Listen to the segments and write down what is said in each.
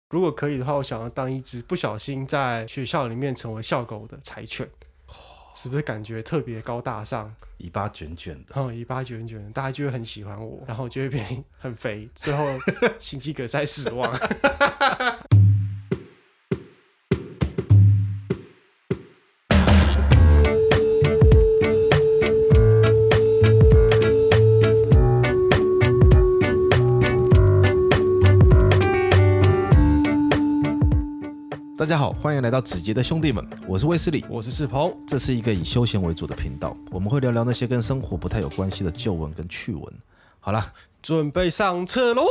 如果可以的话，我想要当一只不小心在学校里面成为校狗的柴犬，是不是感觉特别高大上？ 尾巴卷卷的， 尾巴卷卷的，大家就会很喜欢我，然后就会变很肥，最后心肌梗塞死亡。 大家好，欢迎来到子杰的兄弟们，我是卫斯理， 我是世鹏， 这是一个以休闲为主的频道，我们会聊聊那些跟生活不太有关系的旧闻跟趣闻。好啦， 准备上车喽！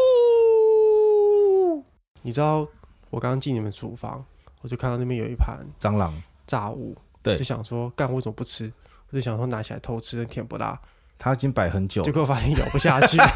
你知道我刚刚进你们厨房，我就看到那边有一盘蟑螂炸物， 对， 就想说干为什么不吃？我就想说拿起来偷吃，甜不辣。 它已经摆很久了， 结果发现咬不下去。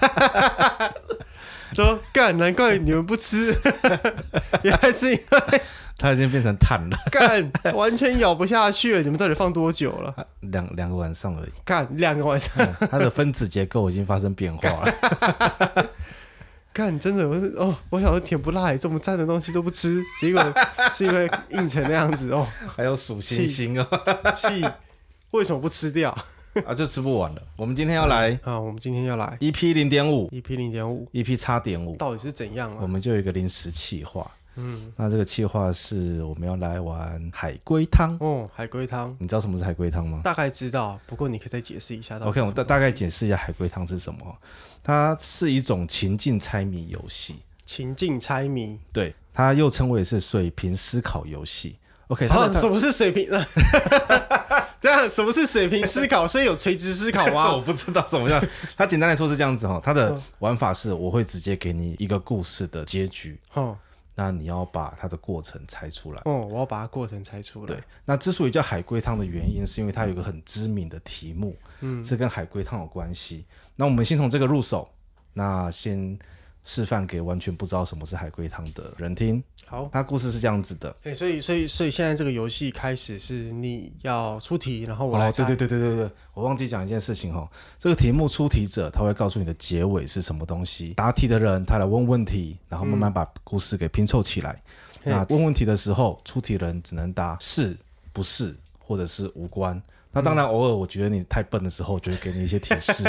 说干，难怪你们不吃，原来是因为它已经变成碳了。 干，完全咬不下去了。你们到底放多久了？ 两个晚上而已。 干，2个晚上， 它的分子结构已经发生变化了。 干，真的，我想说甜不辣，这么赞的东西都不吃，结果是因为硬成那样子哦。 还有数星星哦， 气，为什么不吃掉？ 啊，就吃不完了。我们今天要来我们今天要来 EP 0.5 EP 0.5 EP 叉.5， 到底是怎样啊？ 我们就有一个临时企划。那这个企划是我们要来玩海龟汤。 海龟汤， 你知道什么是海龟汤吗？ 大概知道，不过你可以再解释一下。 OK， 我大概解释一下海龟汤是什么。它是一种情境猜谜游戏。 情境猜谜， 对，它又称为是水平思考游戏。OK， 什么是水平？这样，什么是水平思考？所以有垂直思考吗？ 我不知道怎么样。它简单来说是这样子哈，它的玩法是我会直接给你一个故事的结局，那你要把它的过程猜出来。 我要把它过程猜出来。 对，那之所以叫海龟汤的原因，是因为它有一个很知名的题目，是跟海龟汤有关系。那我们先从这个入手，那先示范给完全不知道什么是海龟汤的人听。 好， 它故事是这样子的。 所以现在这个游戏开始是你要出题，然后我来猜。 对，我忘记讲一件事情哈。这个题目出题者他会告诉你的结尾是什么东西，答题的人他来问问题，然后慢慢把故事给拼凑起来。那问问题的时候，出题人只能答是、不是，或者是无关。那当然，偶尔我觉得你太笨的时候，我就会给你一些提示。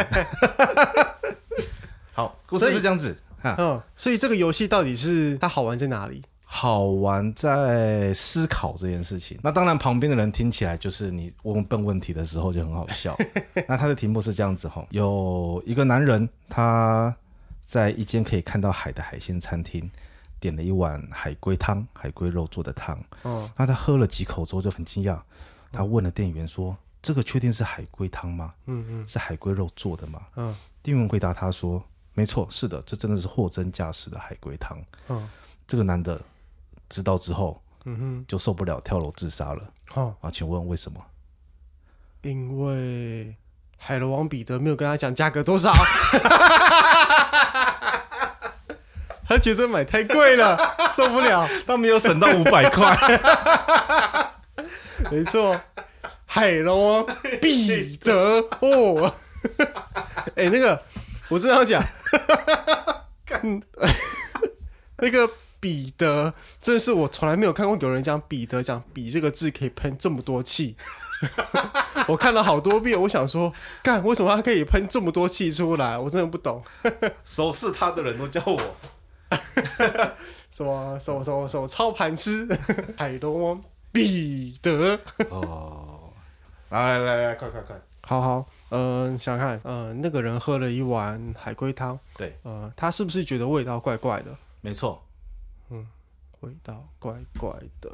好，故事是这样子。 所以这个游戏到底是它好玩在哪里？ 好玩在思考这件事情。那当然，旁边的人听起来就是你问笨问题的时候就很好笑。那他的题目是这样子哈：有一个男人，他在一间可以看到海的海鲜餐厅，点了一碗海龟汤，海龟肉做的汤。那他喝了几口之后就很惊讶，他问了店员说：“这个确定是海龟汤吗？是海龟肉做的吗？”店员回答他说：“没错，是的，这真的是货真价实的海龟汤。”这个男的知道之后，就受不了，跳楼自杀了。请问为什么？ 因为海龙王彼得没有跟他讲价格多少，他觉得买太贵了，受不了， 他没有省到500块。 没错，海龙王彼得那个我真的要讲，那个彼得真的是我从来没有看过有人讲彼得讲比这个字可以喷这么多气。我看了好多遍，我想说干为什么他可以喷这么多气出来，我真的不懂。 熟识他的人都叫我什么操盘师海龙王彼得。 来，快， 好，想看，那个人喝了一碗海龟汤， 对， 他是不是觉得味道怪怪的？ 没错， 味道怪怪的，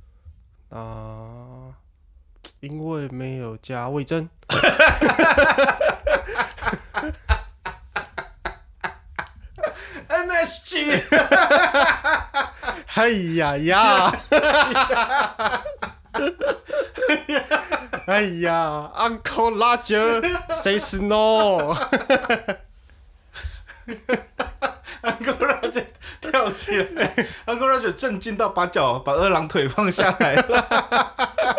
因为没有加味噌。 MSG。 哎呀，哎呀 ，Uncle Roger says no。 Uncle Roger 跳起来，Uncle Roger 震惊到把二郎腿放下来了。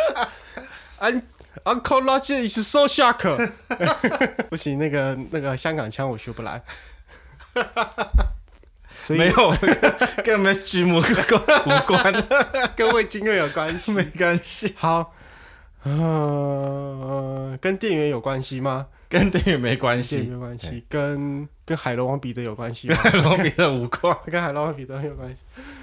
Uncle Roger is so shocked。不行，那个香港腔我学不来。 所以没有跟 MSG 无关， 跟味精锐有关系。 没关系， 好，跟店员有关系吗？ 跟店员没关店员系， 没关系。跟海龙王彼得有关系吗？ 跟罗比的无关。 跟海龙王彼得有关系。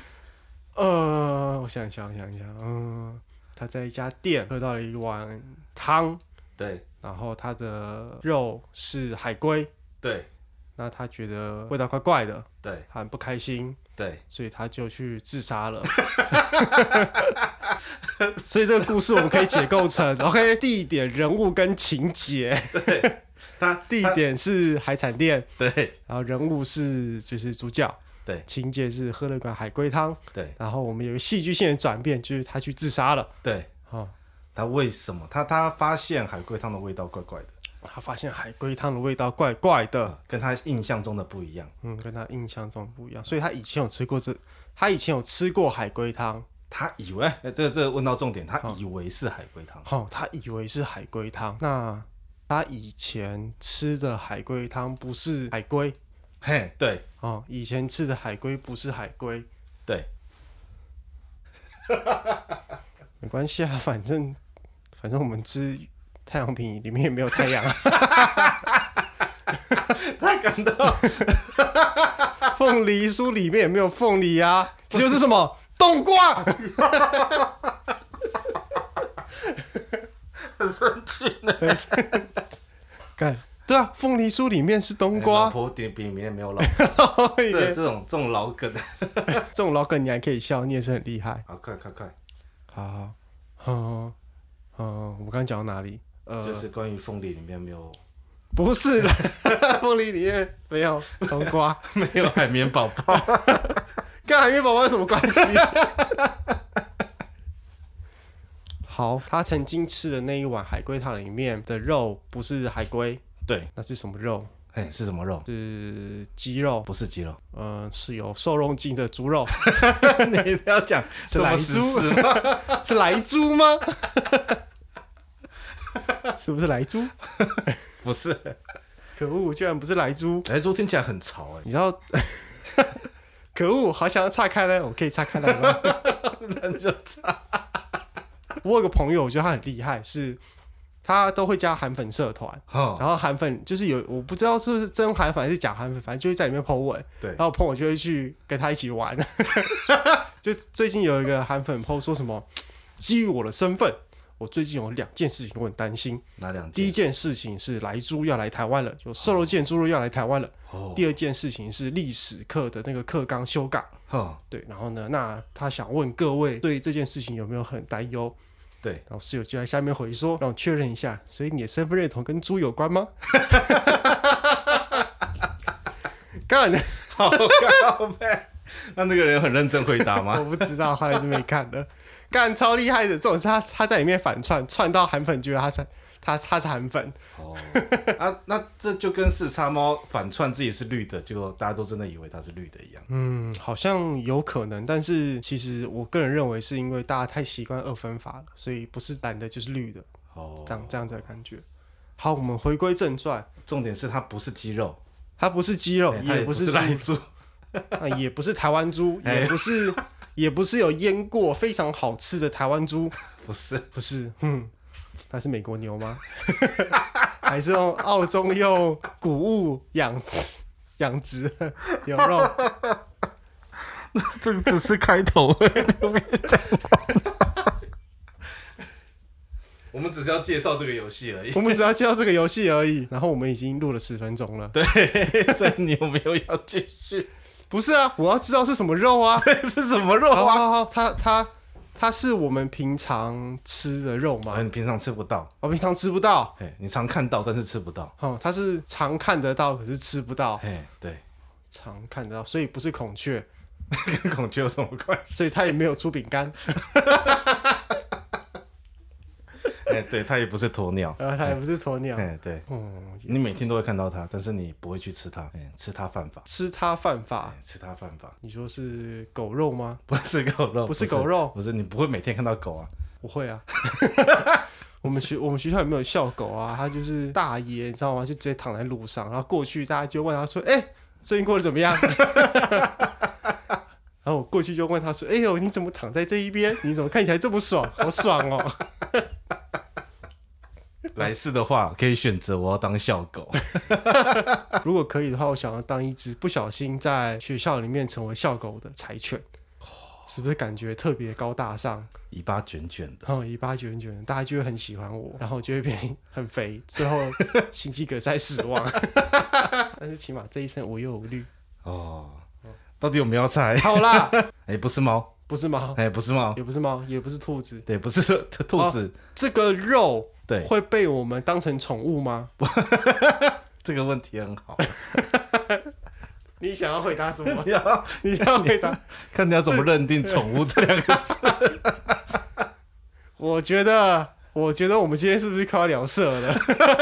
我想一下，他在一家店喝到了一碗汤， 对然后他的肉是海龟， 对那他觉得味道怪怪的， 对他很不开心， 对， 所以他就去自杀了。所以这个故事我们可以解构成 OK 地点、人物跟情节。地点是海产店， 对然后人物是就是主角， 对情节是喝了一碗海龟汤， 对然后我们有一个戏剧性的转变，就是他去自杀了。 对， 哦， 他为什么他发现海龟汤的味道怪怪的， 他发现海龟汤的味道怪怪的， 跟他印象中的不一样。 跟他印象中不一样，所以他以前有吃过海龟汤。 他以为，这问到重点，他以为是海龟汤。 他以为是海龟汤。那他以前吃的海龟汤不是海龟。 嘿，对， 以前吃的海龟不是海龟。 对， 没关系啊，反正我们吃太阳饼里面也没有太阳。 他感到凤梨酥里面也没有凤梨啊，这就是什么冬瓜。 很生气呢。 干，对啊，凤梨酥里面是冬瓜。 老婆点饼里面没有老婆。对，这种老梗。 这种老梗你还可以笑，你也是很厉害。 好，快， 好，我们刚刚讲到哪里？ 就是关于凤梨里面没有， 不是啦，凤梨里面没有冬瓜， 没有海绵宝宝。 跟海绵宝宝有什么关系？好，他曾经吃的那一碗海龟汤里面的肉不是海龟， 对， 那是什么肉？ 是什么肉？ 是鸡肉， 不是鸡肉， 是有瘦肉精的猪肉。 你一定要讲是来猪吗？ 是来猪吗？是不是来猪？ 不是， 可恶，居然不是来猪！ 来猪听起来很潮你知道？可恶，好想要岔开了，我可以岔开来吗？ 那就岔。 我有个朋友，我觉得他很厉害，是他都会加韩粉社团，然后韩粉就是我不知道是不是真韩粉还是假韩粉，反正就会在里面 po 文， 对， 然后朋友就会去跟他一起玩。就最近有一个韩粉 po 说什么，基于我的身份，我最近有2件事情我很担心。 哪2件？ 第一件事情是来猪要来台湾了，有瘦肉腱猪肉要来台湾了。第二件事情是历史课的那个课纲修改。对，然后呢，那他想问各位对这件事情有没有很担忧？ 对， 然后室友就在下面回说，让我确认一下，所以你的身份认同跟猪有关吗？干， 好高呗。那个人很认真回答吗？ 我不知道，后来就没看了。干，超厉害的，这种是他在里面反串到韩粉觉得他是韩粉。 那这就跟四叉猫反串自己是绿的，结果大家都真的以为它是绿的一样。 好像有可能，但是其实我个人认为是因为大家太习惯2分法了，所以不是蓝的就是绿的。这样子的感觉。好，我们回归正传， 重点是它不是鸡肉， 它不是鸡肉，也不是来猪， 也不是台湾猪，也不是有腌过非常好吃的台湾猪， 不是， 它是美国牛吗？还是用澳洲用谷物养殖的牛肉？ 这个只是开头我们只是要介绍这个游戏而已。 我们只要介绍这个游戏而已。然后我们已经录了10分钟了。 对，所以你有没有要继续？ 不是啊，我要知道是什么肉啊？ 对，是什么肉啊？ 好，它是我们平常吃的肉吗？ 你平常吃不到。 我平常吃不到。 你常看到，但是吃不到。 它是常看得到，可是吃不到。 对， 常看得到，所以不是孔雀。 跟孔雀有什么关系？ 所以它也没有出饼干。 对，它也不是鸵鸟， 它也不是鸵鸟。 对，你每天都会看到它，但是你不会去吃它，吃它犯法。 吃它犯法？ 吃它犯法。 你说是狗肉吗？ 不是狗肉， 不是狗肉， 不是，你不会每天看到狗啊？ 不会啊。我们学校有没有校狗啊？他就是大爷，你知道吗？就直接躺在路上，然后过去大家就问他说：“ 最近过得怎么样？然后我过去就问他说：“哎呦，你怎么躺在这一边？你怎么看起来这么爽？好爽哦！” 来世的话，可以选择我要当校狗。 如果可以的话，我想要当一只不小心在学校里面成为校狗的柴犬，是不是感觉特别高大上？ 尾巴卷卷的， 尾巴卷卷的，大家就会很喜欢我，然后就会变很肥，最后心肌梗塞死亡。但是起码这一生无忧无虑。 哦，到底有没有猜？ 好啦， 不是猫， 不是猫， 不是猫， 也不是猫，也不是兔子， 对，不是兔子。 这个肉对会被我们当成宠物吗？ 这个问题很好。 你想要回答什么？你想要回答？ 看你要怎么认定宠物这两个字。 我觉得我们今天是不是快要聊色了？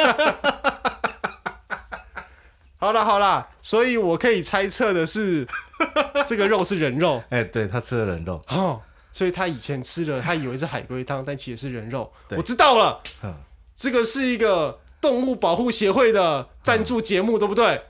好啦，所以我可以猜测的是，这个肉是人肉。 对，他吃了人肉。 所以他以前吃了，他以为是海龟汤，但其实是人肉。我知道了，这个是一个动物保护协会的赞助节目，对不对？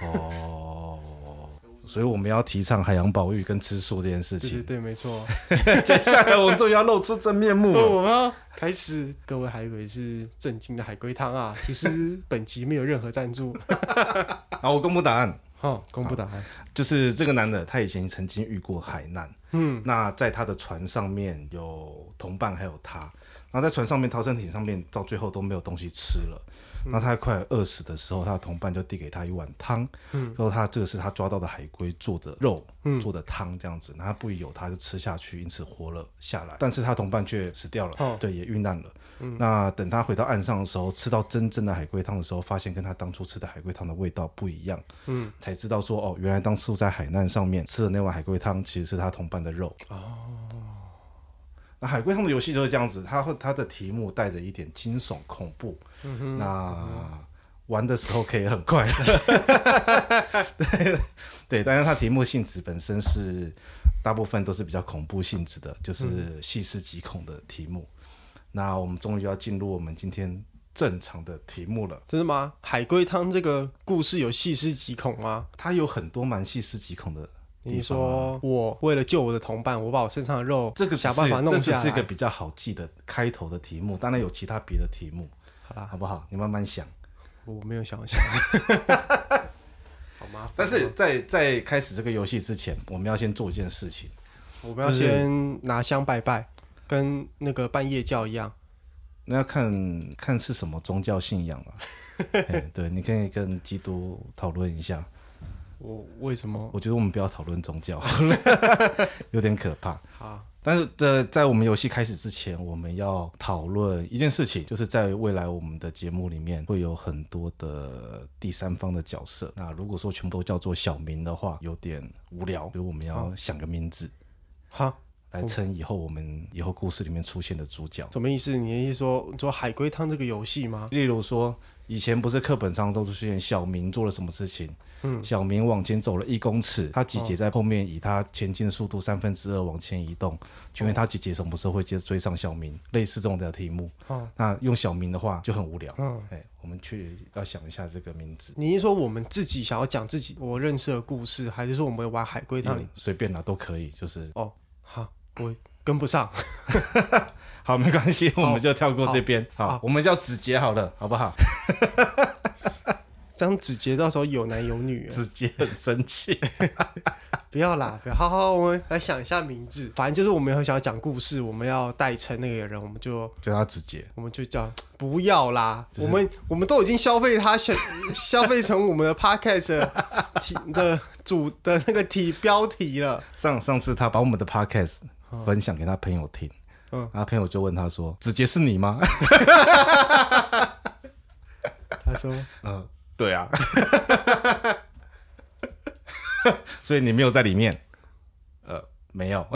所以我们要提倡海洋保育跟吃素这件事情。 对，没错。 接下来我们终于要露出真面目了。 我们要开始，各位还以为是正经的海龟汤啊，其实本集没有任何赞助。 好，我公布答案。 公布答案， 就是这个男的，他以前曾经遇过海难。那在他的船上面有同伴，还有他。然后在船上面逃生艇上面，到最后都没有东西吃了。那他快饿死的时候，他的同伴就递给他一碗汤，说他这个是他抓到的海龟做的肉，做的汤这样子。那他不疑有他，就吃下去，因此活了下来。但是他同伴却死掉了，对，也遇难了。那等他回到岸上的时候，吃到真正的海龟汤的时候，发现跟他当初吃的海龟汤的味道不一样，才知道说原来当初在海难上面吃的那碗海龟汤其实是他同伴的肉。那海龟汤的游戏就是这样子，它的题目带着一点惊悚恐怖，那玩的时候可以很快乐。对，但是它题目性质本身是大部分都是比较恐怖性质的，就是细思极恐的题目。那我们终于要进入我们今天正常的题目了。 真的吗？海龟汤这个故事有细思极恐吗？ 它有很多蛮细思极恐的。 你说我为了救我的同伴，我把我身上的肉想办法弄下来， 这只是一个比较好记的开头的题目，当然有其他别的题目，好不好？你慢慢想。 我没有想，好麻烦。 但是在开始这个游戏之前，我们要先做一件事情， 我们要先拿香拜拜，跟那个办夜教一样。 那要看是什么宗教信仰啊。对，你可以跟基督讨论一下。 我为什么？ 我觉得我们不要讨论宗教，有点可怕。 好， 但是在我们游戏开始之前，我们要讨论一件事情，就是在未来我们的节目里面会有很多的第三方的角色。那如果说全部都叫做小明的话，有点无聊，所以我们要想个名字，来称以后我们以后故事里面出现的主角。 什么意思？你的意思说，你说海龟汤这个游戏吗？ 例如说，以前不是课本上都出现小明做了什么事情？小明往前走了1公尺，他姐姐在后面以他前进的速度2/3往前移动，请问他姐姐什么时候会追上小明？类似这种的题目。那用小明的话就很无聊。我们要想一下这个名字。 你是说我们自己想要讲自己我认识的故事，还是说我们玩海龟汤里？ 随便啦，都可以。就是好，我跟不上。 好，没关系，我们就跳过这边。好，我们叫子杰好了，好不好？ 这样子杰到时候有男有女， 子杰很生气。 不要啦，不要。好，我们来想一下名字。反正就是我们很想要讲故事，我们要代称那个人，我们就叫他子杰， 我们就叫不要啦。我们都已经消费他，消费成我们的 podcast 的主的那个标题了。 上次他把我们的 podcast 分享给他朋友听，然后朋友就问他说：“子杰是你吗？” 他说：“ 对啊。”所以你没有在里面？没有。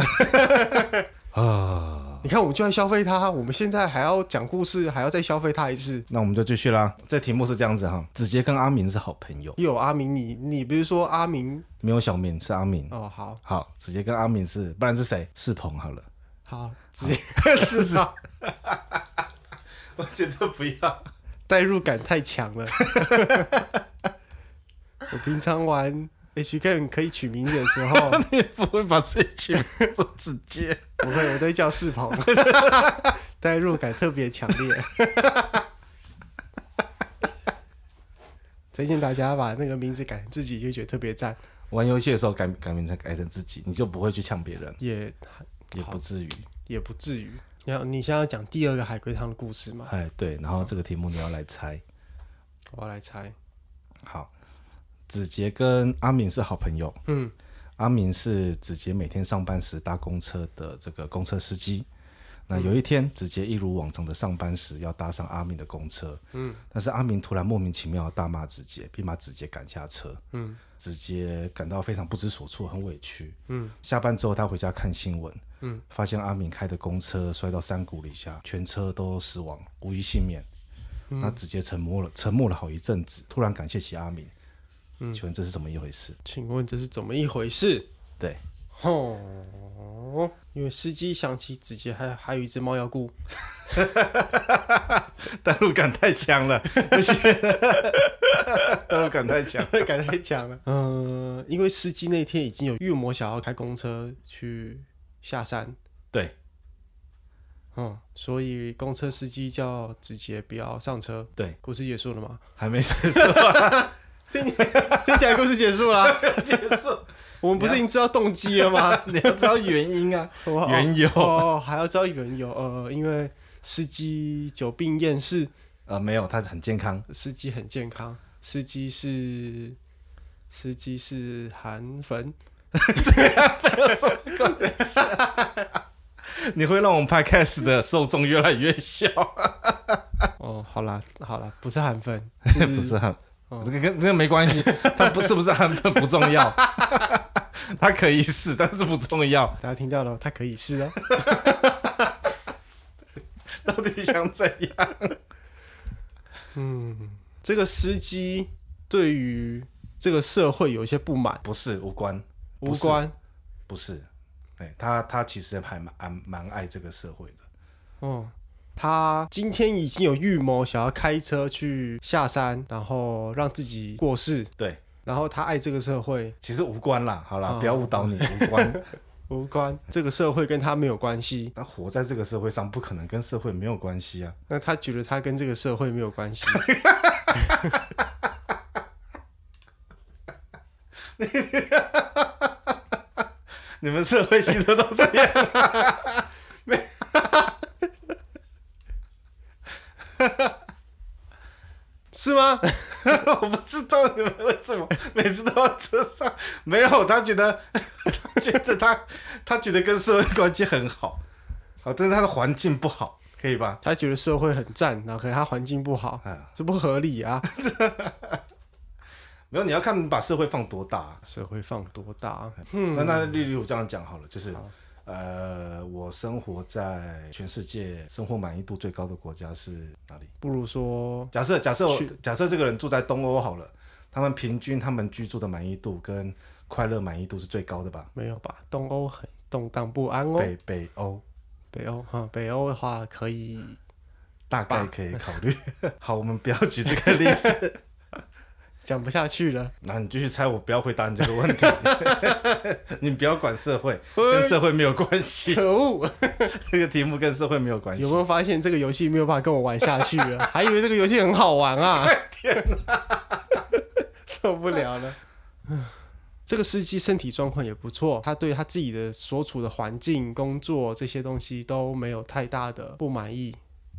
你看，我们就在消费他，我们现在还要讲故事，还要再消费他一次。 那我们就继续啦。这题目是这样子哈，子杰跟阿明是好朋友。 又有阿明，你不是说阿明没有小明，是阿明。好，子杰跟阿明是，不然是谁？世鹏好了。 好，子杰是鹏。 我觉得不要， 代入感太强了。我平常玩 HK 可以取名字的时候， 你不会把自己取名做直接？ 不会，我都会叫世鹏，代入感特别强烈。推荐大家把那个名字改成自己，就觉得特别赞。 玩游戏的时候改名成改成自己，你就不会去呛别人， 也不至于。 也不至于。你现在要讲第二个海龟汤的故事吗？ 哎，对，然后这个题目你要来猜。 我要来猜。 好，子杰跟阿明是好朋友。阿明是子杰每天上班时搭公车的这个公车司机。那有一天，子杰一如往常的上班时要搭上阿明的公车，但是阿明突然莫名其妙地大骂子杰，并把子杰赶下车。子杰感到非常不知所措，很委屈。下班之后，他回家看新闻，发现阿明开的公车摔到山谷里下，全车都死亡，无一幸免。那子杰沉默了好一阵子，突然感谢起阿明。请问这是怎么一回事？ 请问这是怎么一回事？ 对， 因为司机想起子杰还有一只猫要顾， 代入感太强了，不行，代入感太强， 感太强了。因为司机那天已经有预谋想要开公车去下山， 对， 所以公车司机叫子杰不要上车。 对， 故事结束了吗？ 还没结束啊， 听起来故事结束了， 结束。 我们不是已经知道动机了吗？ 你要知道原因啊，缘由还要知道缘由。因为司机久病厌世。 没有，他很健康。 司机很健康，司机是韩粉。 你会让我们 podcast 的受众越来越小。 好啦，不是韩粉， 不是韩。这个跟这个没关系，他是不是韩粉不重要，他可以是，但是不重要。 大家听到了，他可以是啊。 到底想怎样？ 这个司机对于这个社会有一些不满， 不是无关，不是，他其实还蛮爱这个社会的。 他今天已经有预谋想要开车去下山，然后让自己过世。 对， 然后他爱这个社会， 其实无关啦。好啦，不要误导你，无关， 无关。这个社会跟他没有关系。 他活在这个社会上，不可能跟社会没有关系啊。 那他觉得他跟这个社会没有关系。 你们社会系的都这样。 是吗？ 我不知道你们为什么每次都要车上。没有，他觉得跟社会关系很好，但是他的环境不好，可以吧？ 他觉得社会很赞，然后可是他环境不好，这不合理啊。 没有，你要看把社会放多大。 社会放多大？ 那例如我这样讲好了，就是我生活在全世界生活满意度最高的国家是哪里？ 不如说， 假设这个人住在东欧好了，他们平均他们居住的满意度跟快乐满意度是最高的吧？ 没有吧？东欧很动荡不安哦。 北欧北欧的话可以， 大概可以考虑。好，我们不要举这个例子。 讲不下去了。 那你继续猜，我不要回答你这个问题。你不要管社会，跟社会没有关系。 可恶， 这个题目跟社会没有关系。 有没有发现这个游戏没有办法跟我玩下去了？还以为这个游戏很好玩啊！ 天哪， 受不了了。这个司机身体状况也不错，他对他自己的所处的环境、工作这些东西都没有太大的不满意。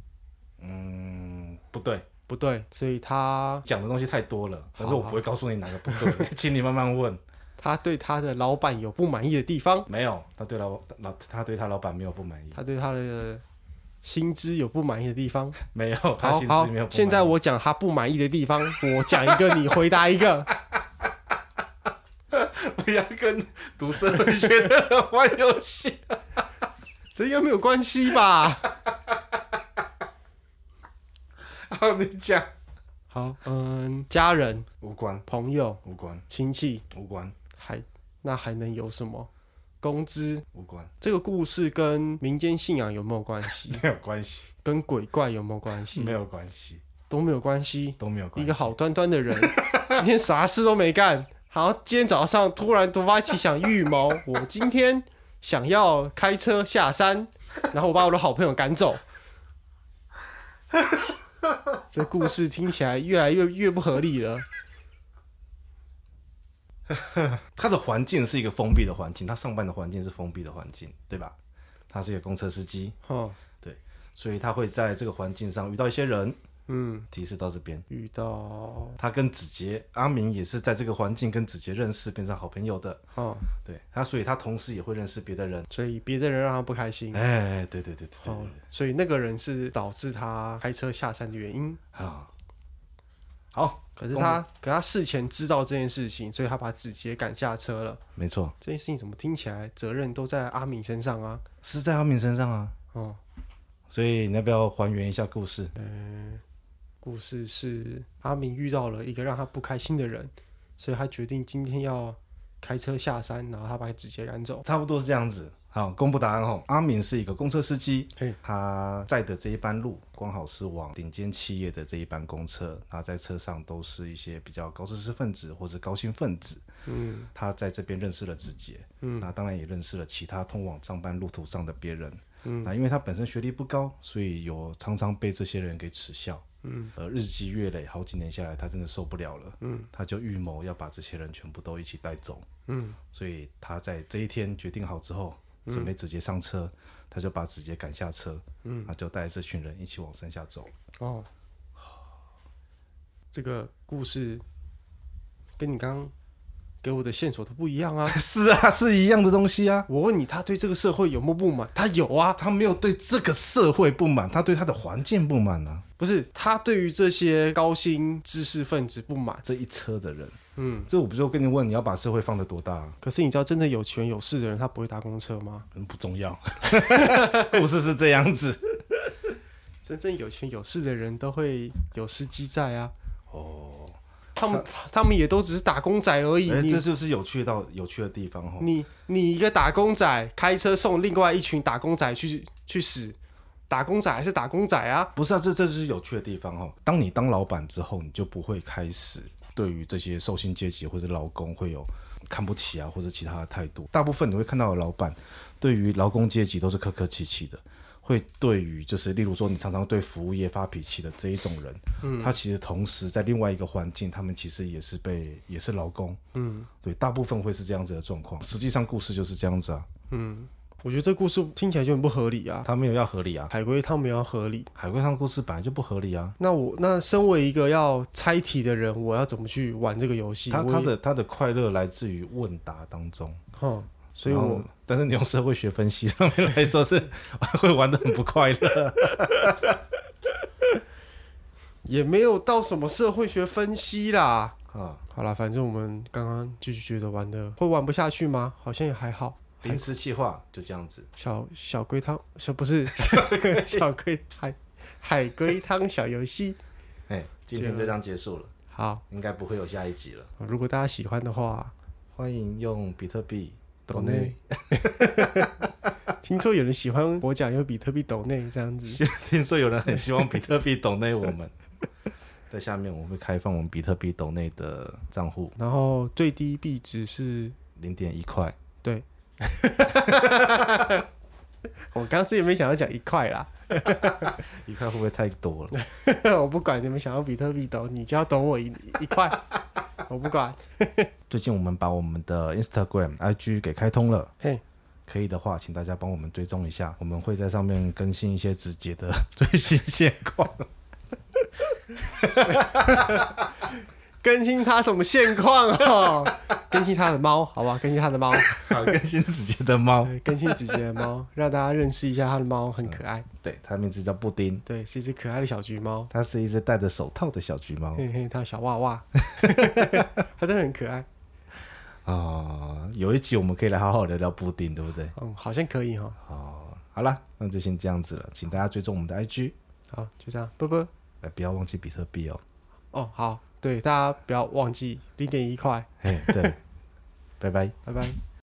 不对， 所以他讲的东西太多了，但是我不会告诉你哪个不对，请你慢慢问。 他对他的老板有不满意的地方？ 没有，他对他老板没有不满意。 他对他的薪资有不满意的地方？ 没有，他薪资没有不满意。 现在我讲他不满意的地方，我讲一个，你回答一个。 不要跟读社会学的人玩游戏。 这应该没有关系吧？ 好，你讲。 好，家人无关， 朋友无关， 亲戚无关， 那还能有什么？工资无关。 这个故事跟民间信仰有没有关系？ 没有关系。 跟鬼怪有没有关系？ 没有关系。 都没有关系。 都没有关系。 一个好端端的人，今天啥事都没干， 好，今天早上突发奇想，预谋我今天想要开车下山，然后我把我的好朋友赶走。这故事听起来越来越不合理了。 他的环境是一个封闭的环境，他上班的环境是封闭的环境，对吧？他是一个公车司机，对，所以他会在这个环境上遇到一些人。提示到这边， 遇到他跟子杰阿明也是在这个环境跟子杰认识，变成好朋友的。对他，所以他同时也会认识别的人， 所以别的人让他不开心。 对， 所以那个人是导致他开车下山的原因。 好， 可他事前知道这件事情，所以他把子杰赶下车了。 没错， 这件事情怎么听起来责任都在阿明身上啊？ 是在阿明身上啊。所以你要不要还原一下故事？ 故事是阿明遇到了一个让他不开心的人，所以他决定今天要开车下山，然后他把子杰赶走。 差不多是这样子。好，公布答案后，阿明是一个公车司机，他载的这一班路刚好是往顶尖企业的这一班公车，他在车上都是一些比较高知识分子或者高薪分子。他在这边认识了子杰，那当然也认识了其他通往上班路途上的别人。那因为他本身学历不高，所以常常被这些人给耻笑。日积月累，好几年下来，他真的受不了了。他就预谋要把这些人全部都一起带走。所以他在这一天决定好之后，准备直接上车，他就把直接赶下车，他就带着这群人一起往山下走。 这个故事跟你刚刚给我的线索都不一样啊。 是啊，是一样的东西啊。 我问你，他对这个社会有没有不满？他有啊。 他没有对这个社会不满，他对他的环境不满啊。 不是，他对于这些高薪知识分子不满。 这一车的人，这我不就跟你问，你要把社会放得多大啊？ 可是你知道真正有权有势的人，他不会搭公车吗？ 不重要。故事是这样子。 真正有权有势的人都会有司机在啊。他们也都只是打工仔而已。 这就是有趣的地方。 你一个打工仔开车送另外一群打工仔去死，打工仔还是打工仔啊？ 不是啊，这就是有趣的地方。当你当老板之后，你就不会开始对于这些受薪阶级或者劳工会有看不起啊或者其他的态度。大部分你会看到的老板对于劳工阶级都是客客气气的，会对于就是例如说你常常对服务业发脾气的这一种人，他其实同时在另外一个环境，他们其实也是劳工。对，大部分会是这样子的状况。实际上故事就是这样子啊。 我觉得这故事听起来就很不合理啊。 他没有要合理啊， 海龟汤没有要合理， 海龟汤故事本来就不合理啊。 那身为一个要猜题的人，我要怎么去玩这个游戏？ 他的快乐来自于问答当中。 所以但是你用社会学分析上面来说，是会玩得很不快乐。 也没有到什么社会学分析啦。好啦，反正我们刚刚就是觉得会玩不下去吗？好像也还好。 临时企划就这样子。 小龟汤，不是小龟海龟汤小游戏。 今天就这样结束了。 好， 应该不会有下一集了。 如果大家喜欢的话， 欢迎用比特币抖内。 听说有人喜欢我讲用比特币抖内这样子。 听说有人很希望比特币抖内我们。在下面我们会开放我们比特币抖内的账户， 然后最低币值是 0.1块。 对。我刚刚是也没想要讲1块啦。 1块会不会太多了？ 我不管你们想要比特币抖，你就要抖我一块，我不管。 最近我们把我们的 Instagram、IG 给开通了，可以的话，请大家帮我们追踪一下，我们会在上面更新一些直接的最新现况。 更新他什么现况哦？更新他的猫，好不好？更新他的猫， 好，更新子杰的猫， 更新子杰的猫，让大家认识一下他的猫，很可爱。 对，它的名字叫布丁， 对，是一只可爱的小橘猫。 它是一只戴着手套的小橘猫， 嘿嘿，它有小娃娃，它真的很可爱。 有一集我们可以来好好聊聊布丁，对不对？ 好像可以好啦，那就先这样子了，请大家追踪我们的 IG。 好，就这样，啵啵。 不要忘记比特币哦。 好，对，大家不要忘记0.1块。 对，拜拜， 拜拜。